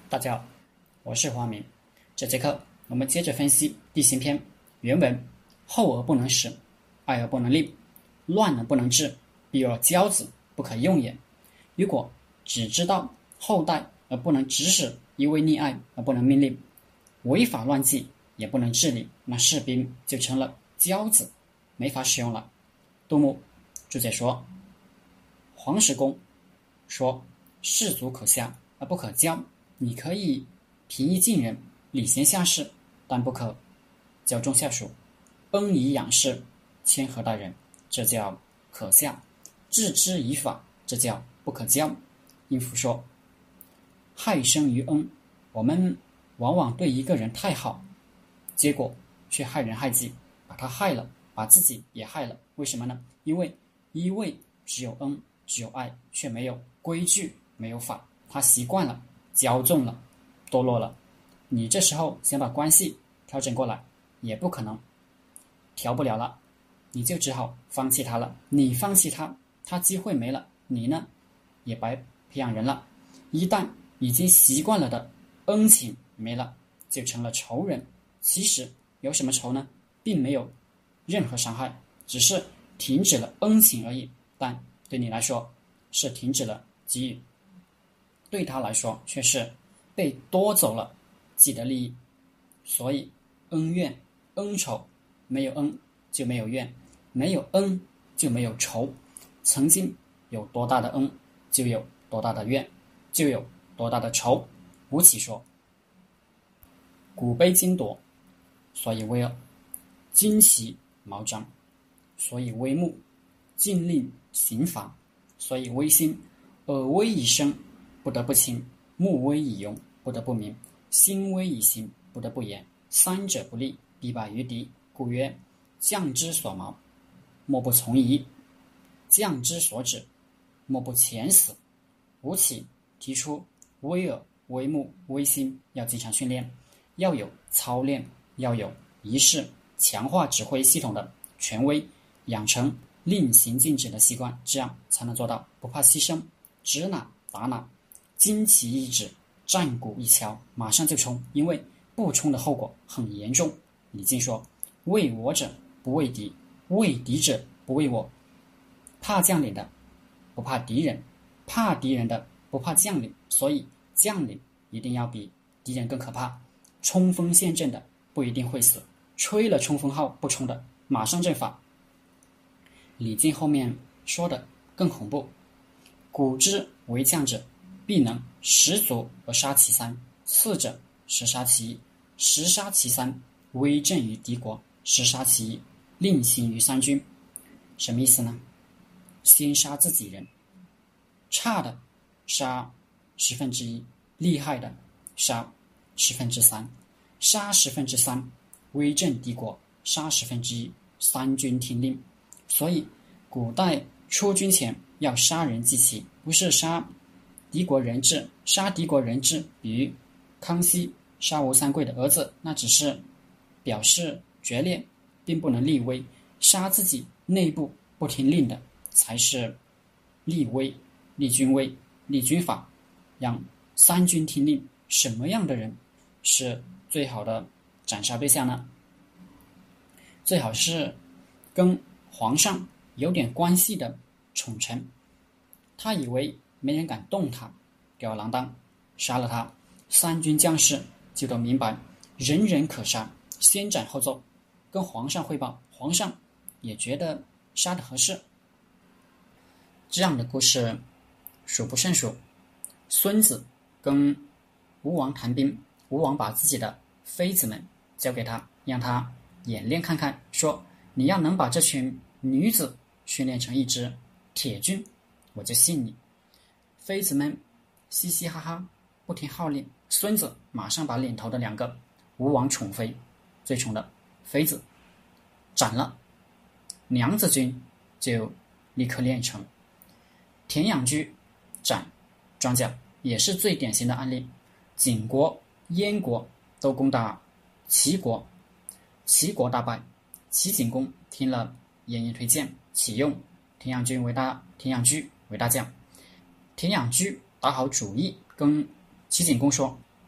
大家好，我是华明。这节课我们接着分析地形篇原文：厚而不能食，爱而不能令，乱而不能治，必若骄子，不可用也。如果只知道后代而不能指使，一味溺爱而不能命令，违法乱纪也不能治理，那士兵就成了骄子，没法使用了。杜牧注解说，黄石公说，士卒可下而不可骄，你可以平易近人，礼贤下士，但不可骄纵下属，恩以养士，谦和待人，这叫可下；治之以法，这叫不可骄。应符说，害生于恩，我们往往对一个人太好，结果却害人害己，把他害了，把自己也害了。为什么呢？因为一味只有恩，只有爱，却没有规矩，没有法，他习惯了，骄纵了，堕落了。你这时候想把关系调整过来，也不可能，调不了了，你就只好放弃他了。你放弃他，他机会没了，你呢也白培养人了。一旦已经习惯了的恩情没了，就成了仇人。其实有什么仇呢？并没有任何伤害，只是停止了恩情而已。但对你来说是停止了给予，对他来说却是被夺走了既得利益。所以恩怨恩仇，没有恩就没有怨，没有恩就没有仇。曾经有多大的恩，就有多大的怨，就有多大的仇。吴起说，古碑今夺，所以威尔；旌旗毛张，所以威目；禁令刑罚，所以威心。耳威以声，不得不亲；目威以勇，不得不明；心威以行，不得不言。三者不利，必败于敌。故曰：将之所谋，莫不从夷；将之所指，莫不前死。吴起提出威尔、威目、威心要经常训练，要有操练，要有仪式，强化指挥系统的权威，养成令行禁止的习惯，这样才能做到不怕牺牲，指哪打哪，旌旗一指，战鼓一敲，马上就冲，因为不冲的后果很严重。李靖说，为我者不为敌，为敌者不为我。怕将领的不怕敌人，怕敌人的不怕将领，所以将领一定要比敌人更可怕。冲锋陷阵的不一定会死，吹了冲锋号不冲的马上阵法。李靖后面说的更恐怖，古之为将者，必能十足而杀其三，次者十杀其一，十杀其三，威震于敌国，十杀其一，令行于三军。什么意思呢？先杀自己人，差的杀1/10，厉害的杀3/10，杀3/10，威震敌国，杀1/10，三军听令。所以古代出军前要杀人祭旗，不是杀敌国人质。杀敌国人质，比如康熙杀吴三桂的儿子，那只是表示决裂，并不能立威。杀自己内部不听令的才是立威、立军威、立军法，让三军听令。什么样的人是最好的斩杀对象呢？最好是跟皇上有点关系的宠臣，他以为没人敢动他，吊儿郎当，杀了他，三军将士就都明白人人可杀，先斩后奏，跟皇上汇报，皇上也觉得杀得合适。这样的故事数不胜数。孙子跟吴王谈兵，吴王把自己的妃子们交给他，让他演练看看，说你要能把这群女子训练成一支铁军，我就信你。妃子们嘻嘻哈哈，不听号令，孙子马上把领头的2个吴王宠妃，最宠的妃子斩了，娘子军就立刻练成。田养居斩庄稼也是最典型的案例。景国、燕国都攻打齐国，齐国大败，齐景公听了颜渊推荐，启用田养居为大将。田养居打好主意，跟齐景公说，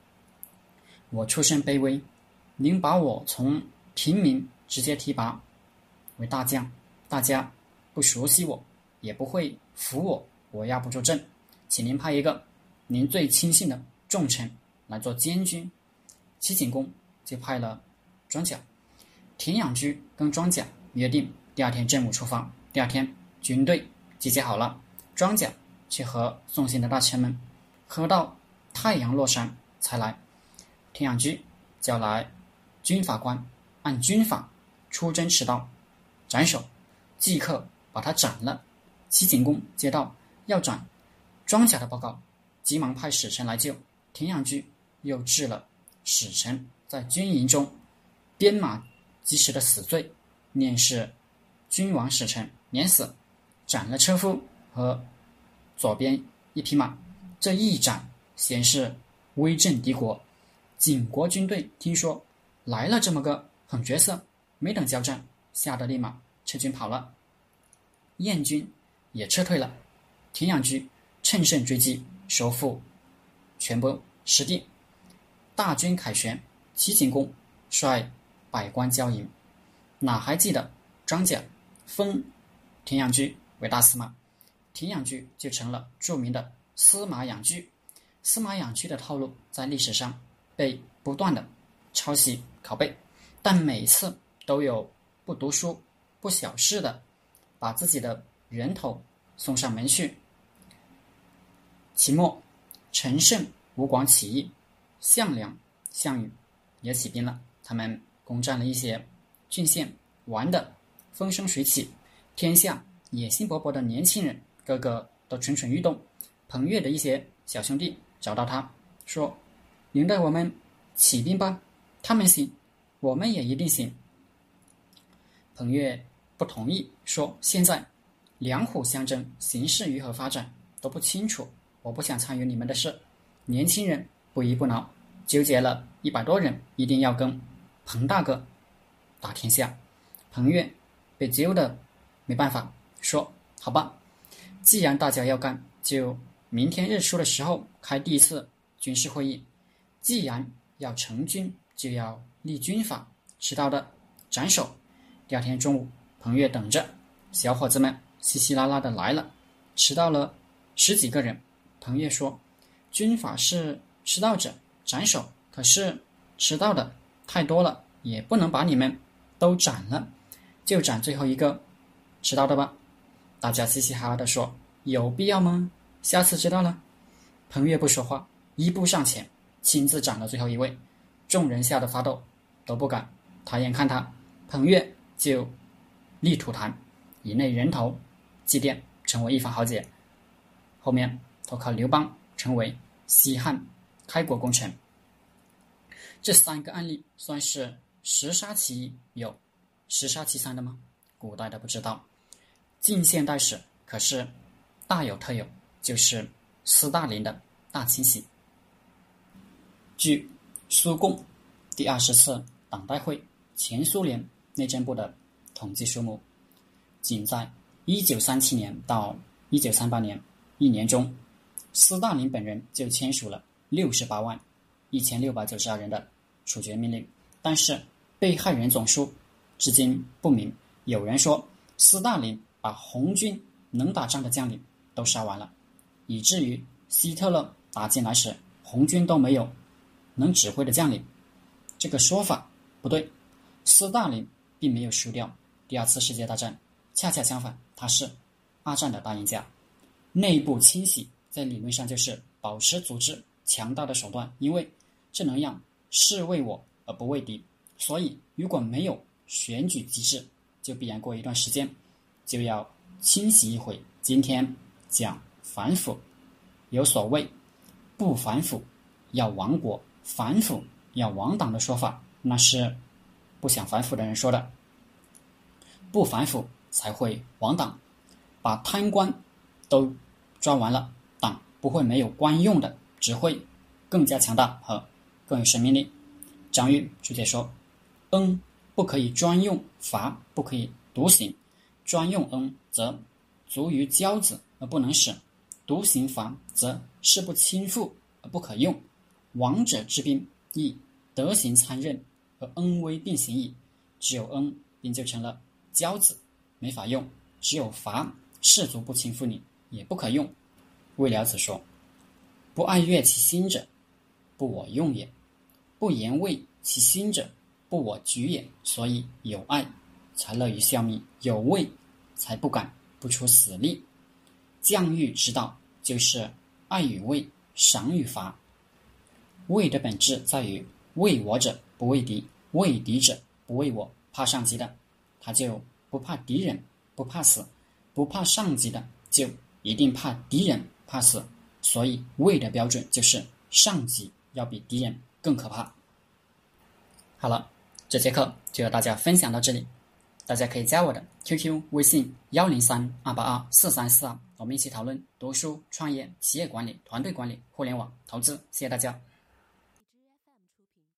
我出身卑微，您把我从平民直接提拔为大将，大家不熟悉我，也不会服我，我压不住阵，请您派一个您最亲信的重臣来做监军。齐景公就派了庄贾，田养居跟庄贾约定第二天正午出发。第二天军队集结好了，庄贾去和送信的大臣们喝到太阳落山才来。田养居叫来军法官，按军法出征迟到斩首，即刻把他斩了。齐景公接到要斩庄贾的报告，急忙派使臣来救。田养居又治了使臣在军营中鞭马及时的死罪，念是君王使臣免死，斩了车夫和左边一匹马。这一斩显示威震敌国。景国军队听说来了这么个狠角色，没等交战，吓得立马撤军跑了。燕军也撤退了。田养居乘胜追击，收复全部失地。大军凯旋，齐景公率百官交迎。哪还记得庄贾封田养居为大司马，田养居就成了著名的司马养居。司马养居的套路在历史上被不断的抄袭拷贝，但每次都有不读书不小事的把自己的人头送上门去。期末陈胜、吴广起义，项梁、项羽也起兵了，他们攻占了一些郡县，玩得风生水起，天下野心勃勃的年轻人个个都蠢蠢欲动。彭越的一些小兄弟找到他说，领带我们起兵吧，他们行，我们也一定行。彭越不同意，说现在两虎相争，形势如何发展都不清楚，我不想参与你们的事。年轻人不依不挠，纠结了100多人，一定要跟彭大哥打天下。彭越被揪的没办法，说好吧，既然大家要干，就明天日出的时候开第一次军事会议，既然要成军，就要立军法，迟到的斩首。第二天中午，彭越等着，小伙子们稀稀拉拉的来了，迟到了10几个人。彭越说，军法是迟到者斩首，可是迟到的太多了，也不能把你们都斩了，就斩最后一个迟到的吧。大家嘻嘻哈哈的说，有必要吗？下次知道了。彭越不说话，一步上前，亲自斩了最后一位。众人吓得发抖，都不敢抬眼看他。彭越就立土坛，以内人头祭奠，成为一方豪杰。后面投靠刘邦，成为西汉开国功臣。这3个案例算是十杀其一，有十杀其三的吗？古代的不知道，近现代史可是大有特有，就是斯大林的大清洗。据苏共第20次党代会前苏联内政部的统计数目，仅在1937年到1938年1年中，斯大林本人就签署了68万1692人的处决命令，但是被害人总数至今不明。有人说斯大林把红军能打仗的将领都杀完了，以至于希特勒打进来时，红军都没有能指挥的将领。这个说法不对，斯大林并没有输掉第2次世界大战，恰恰相反，他是二战的大赢家。内部清洗在理论上就是保持组织强大的手段，因为这能让士为我而不为敌，所以如果没有选举机制，就必然过一段时间就要清洗一回。今天讲反腐，有所谓不反腐要亡国，反腐要亡党的说法，那是不想反腐的人说的。不反腐才会亡党，把贪官都抓完了，党不会没有官用的，只会更加强大和更有生命力。张玉注解说，恩不可以专用，罚不可以独行，专用恩则足于骄子而不能使，独行罚则事不亲附而不可用。王者之兵亦德行参任和恩威并行矣。只有恩，兵就成了骄子，没法用；只有罚，士卒不亲附你，也不可用。魏了子说：不爱悦其心者，不我用也；不言畏其心者，不我举也。所以有爱，才乐于效命；有畏，才不敢不出死力。将欲之道，就是爱与畏，赏与罚。畏的本质在于畏我者不畏敌，畏敌者不畏我。怕上级的，他就不怕敌人，不怕死；不怕上级的，就一定怕敌人，怕死。所以畏的标准就是上级要比敌人更可怕。好了，这节课就和大家分享到这里，大家可以加我的 QQ 微信103-282-4342，我们一起讨论读书、创业、企业管理、团队管理、互联网投资。谢谢大家。